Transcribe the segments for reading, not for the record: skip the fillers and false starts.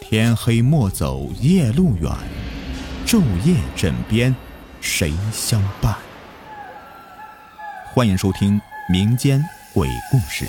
天黑莫走夜路远，昼夜枕边谁相伴？欢迎收听民间鬼故事。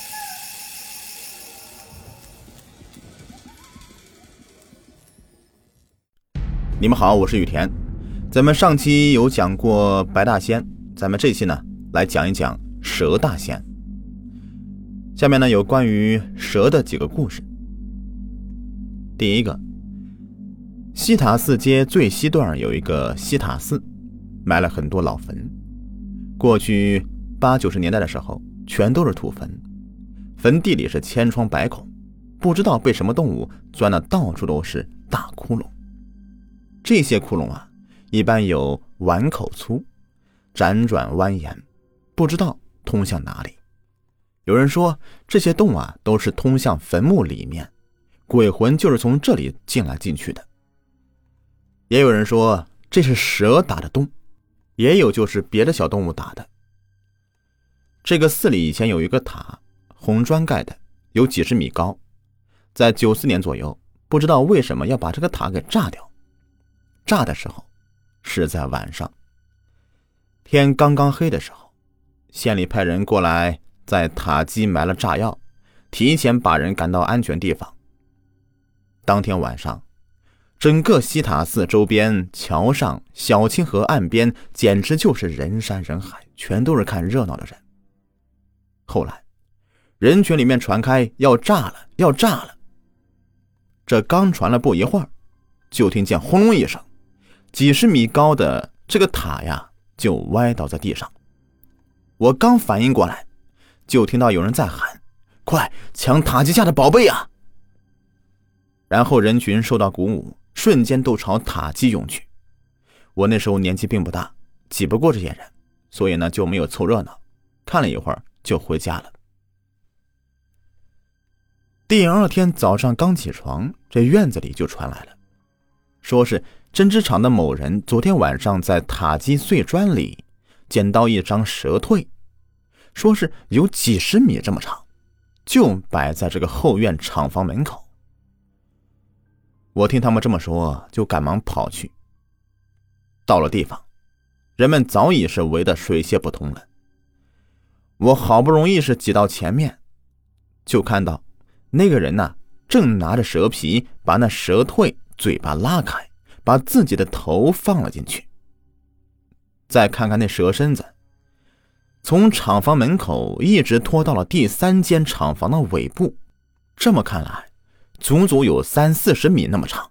你们好，我是雨田。咱们上期有讲过白大仙，咱们这期呢来讲一讲蛇大仙。下面呢有关于蛇的几个故事。第一个，西塔寺街最西段有一个西塔寺，埋了很多老坟。过去80、90年代的时候，全都是土坟，坟地里是千疮百孔，不知道被什么动物钻得到处都是大窟窿。这些窟窿啊，一般有碗口粗，辗转蜿蜒，不知道通向哪里。有人说这些洞啊都是通向坟墓里面，鬼魂就是从这里进来进去的。也有人说这是蛇打的洞，也有就是别的小动物打的。这个寺里以前有一个塔，红砖盖的，有几十米高。在94年左右，不知道为什么要把这个塔给炸掉。炸的时候是在晚上，天刚刚黑的时候，县里派人过来在塔基埋了炸药，提前把人赶到安全地方。当天晚上，整个西塔寺周边、桥上、小清河岸边简直就是人山人海，全都是看热闹的人。后来人群里面传开要炸了要炸了，这刚传了不一会儿，就听见轰隆一声，几十米高的这个塔呀就歪倒在地上。我刚反应过来，就听到有人在喊，快抢塔基下的宝贝啊！然后人群受到鼓舞，瞬间都朝塔基涌去。我那时候年纪并不大，挤不过这些人，所以呢就没有凑热闹，看了一会儿就回家了。第二天早上刚起床，这院子里就传来了，说是针织厂的某人昨天晚上在塔基碎砖里捡到一张蛇蜕，说是有几十米这么长，就摆在这个后院厂房门口。我听他们这么说，就赶忙跑去。到了地方，人们早已是围得水泄不通了。我好不容易是挤到前面，就看到那个人呢，正拿着蛇皮把那蛇蜕嘴巴拉开，把自己的头放了进去。再看看那蛇身子，从厂房门口一直拖到了第3间厂房的尾部，这么看来足足有30、40米那么长。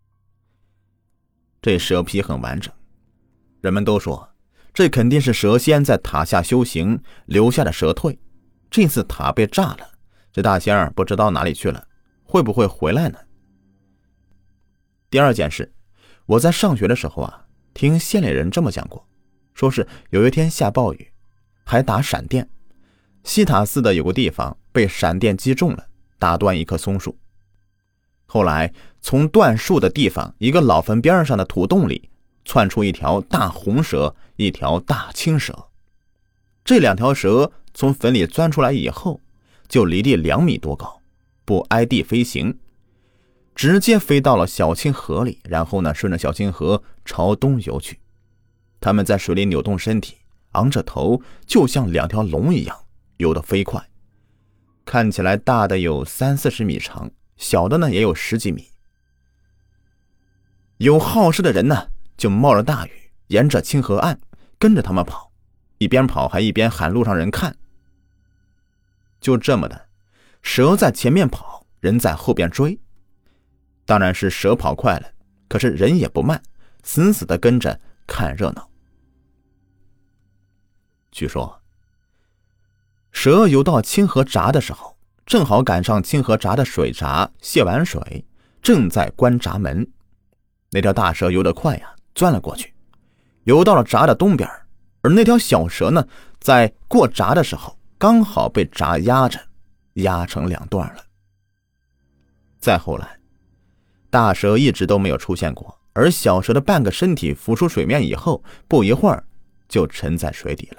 这蛇皮很完整，人们都说这肯定是蛇仙在塔下修行留下的蛇蜕，这次塔被炸了，这大仙儿不知道哪里去了，会不会回来呢？第二件事，我在上学的时候啊，听县里人这么讲过，说是有一天下暴雨，还打闪电，西塔寺的有个地方被闪电击中了，打断一棵松树。后来从断树的地方一个老坟边上的土洞里窜出一条大红蛇，一条大青蛇。这2条蛇从坟里钻出来以后，就离地2米多高，不挨地飞行，直接飞到了小清河里，然后呢顺着小清河朝东游去。它们在水里扭动身体，昂着头，就像2条龙一样，游得飞快。看起来大的有30、40米长，小的呢也有10几米。有好事的人呢就冒着大雨沿着清河岸跟着他们跑，一边跑还一边喊路上人看。就这么的，蛇在前面跑，人在后边追。当然是蛇跑快了，可是人也不慢，死死地跟着看热闹。据说蛇游到清河闸的时候，正好赶上清河闸的水闸泄完水，正在关闸门。那条大蛇游得快呀，钻了过去，游到了闸的东边，而那条小蛇呢，在过闸的时候刚好被闸压着，压成2段了。再后来，大蛇一直都没有出现过，而小蛇的半个身体浮出水面以后，不一会儿就沉在水底了。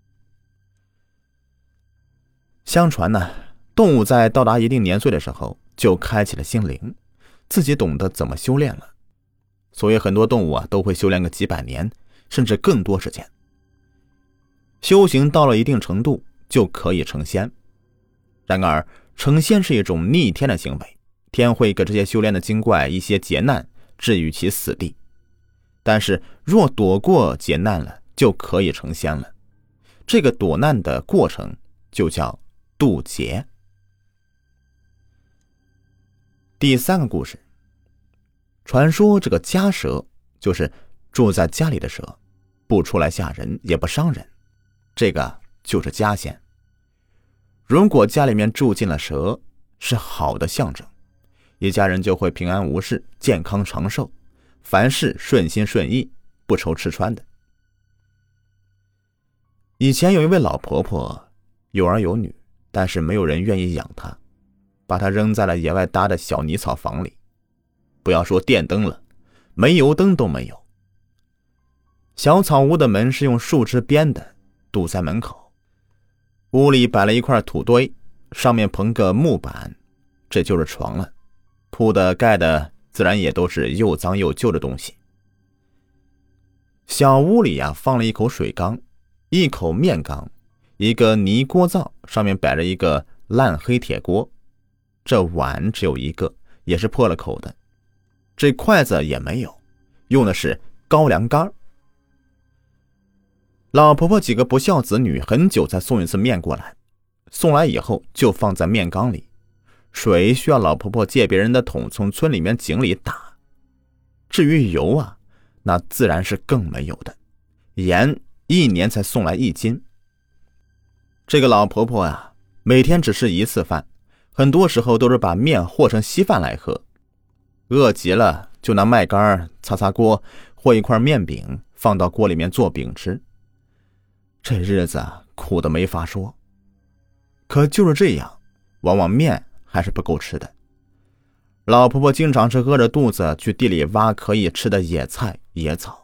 相传呢，动物在到达一定年岁的时候， 就开启了心灵，自己懂得怎么修炼了。所以很多动物都会修炼个几百年，甚至更多时间。修行到了一定程度就可以成仙。然而成仙是一种逆天的行为，天会给这些修炼的精怪一些劫难，置于其死地。但是若躲过劫难了，就可以成仙了。这个躲难的过程就叫渡劫。第3个故事，传说这个家蛇就是住在家里的蛇，不出来吓人也不伤人，这个就是家仙。如果家里面住进了蛇，是好的象征，一家人就会平安无事，健康长寿，凡事顺心顺意，不愁吃穿的。以前有一位老婆婆，有儿有女，但是没有人愿意养她，把她扔在了野外搭的小泥草房里。不要说电灯了，煤油灯都没有。小草屋的门是用树枝编的，堵在门口。屋里摆了一块土堆，上面棚个木板，这就是床了。铺的盖的自然也都是又脏又旧的东西。小屋里放了一口水缸，一口面缸，一个泥锅灶，上面摆着一个烂黑铁锅。这碗只有一个，也是破了口的。这筷子也没有，用的是高粱杆。老婆婆几个不孝子女很久才送一次面过来，送来以后就放在面缸里，水需要老婆婆借别人的桶从村里面井里打。至于油那自然是更没有的，盐1年才送来1斤。这个老婆婆每天只吃1次饭，很多时候都是把面和成稀饭来喝。饿极了就拿麦秆擦擦锅，和一块面饼放到锅里面做饼吃。这日子苦得没法说。可就是这样，往往面还是不够吃的。老婆婆经常是饿着肚子去地里挖可以吃的野菜野草。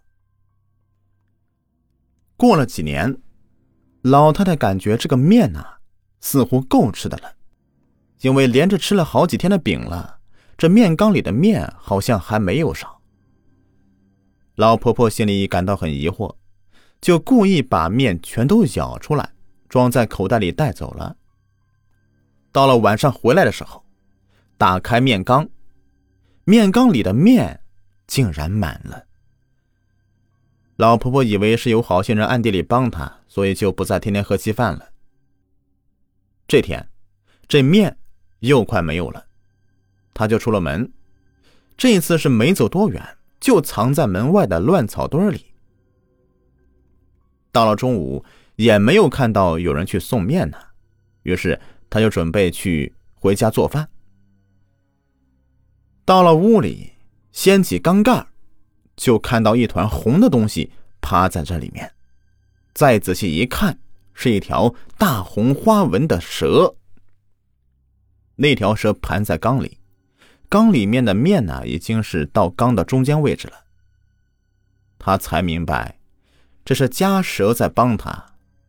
过了几年，老太太感觉这个面似乎够吃的了，因为连着吃了好几天的饼了，这面缸里的面好像还没有少。老婆婆心里感到很疑惑，就故意把面全都舀出来，装在口袋里带走了。到了晚上回来的时候，打开面缸，面缸里的面竟然满了。老婆婆以为是有好心人暗地里帮她，所以就不再天天喝稀饭了。这天，这面又快没有了，她就出了门，这一次是没走多远，就藏在门外的乱草堆里。到了中午也没有看到有人去送面呢，于是他就准备去回家做饭。到了屋里，掀起缸盖，就看到一团红的东西趴在这里面。再仔细一看，是一条大红花纹的蛇。那条蛇盘在缸里，缸里面的面已经是到缸的中间位置了。他才明白，这是家蛇在帮他。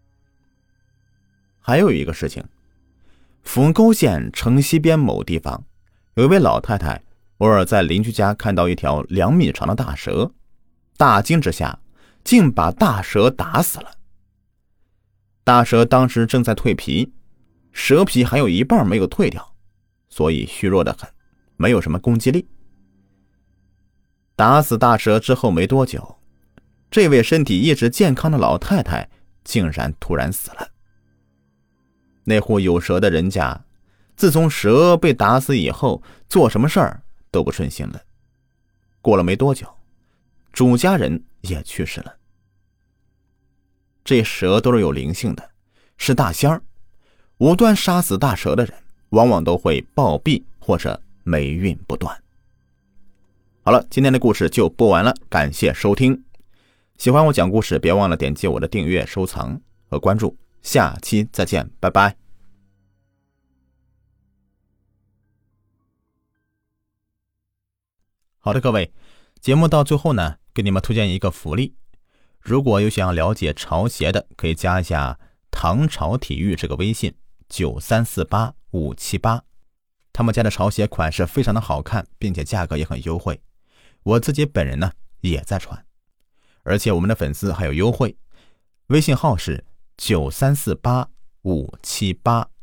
还有一个事情，福沟县城西边某地方，有一位老太太偶尔在邻居家看到一条2米长的大蛇，大惊之下竟把大蛇打死了。大蛇当时正在蜕皮，蛇皮还有一半没有蜕掉，所以虚弱得很，没有什么攻击力。打死大蛇之后没多久，这位身体一直健康的老太太竟然突然死了。那户有蛇的人家，自从蛇被打死以后，做什么事儿都不顺心了。过了没多久，主家人也去世了。这蛇都是有灵性的，是大仙儿，无端杀死大蛇的人，往往都会暴毙或者霉运不断。好了，今天的故事就播完了，感谢收听。喜欢我讲故事，别忘了点击我的订阅、收藏和关注。下期再见，拜拜。好的，各位，节目到最后呢，给你们推荐一个福利。如果有想要了解潮鞋的，可以加一下唐朝体育这个微信，9348-578。 他们家的潮鞋款式非常的好看，并且价格也很优惠。我自己本人呢也在穿，而且我们的粉丝还有优惠，微信号是93485788。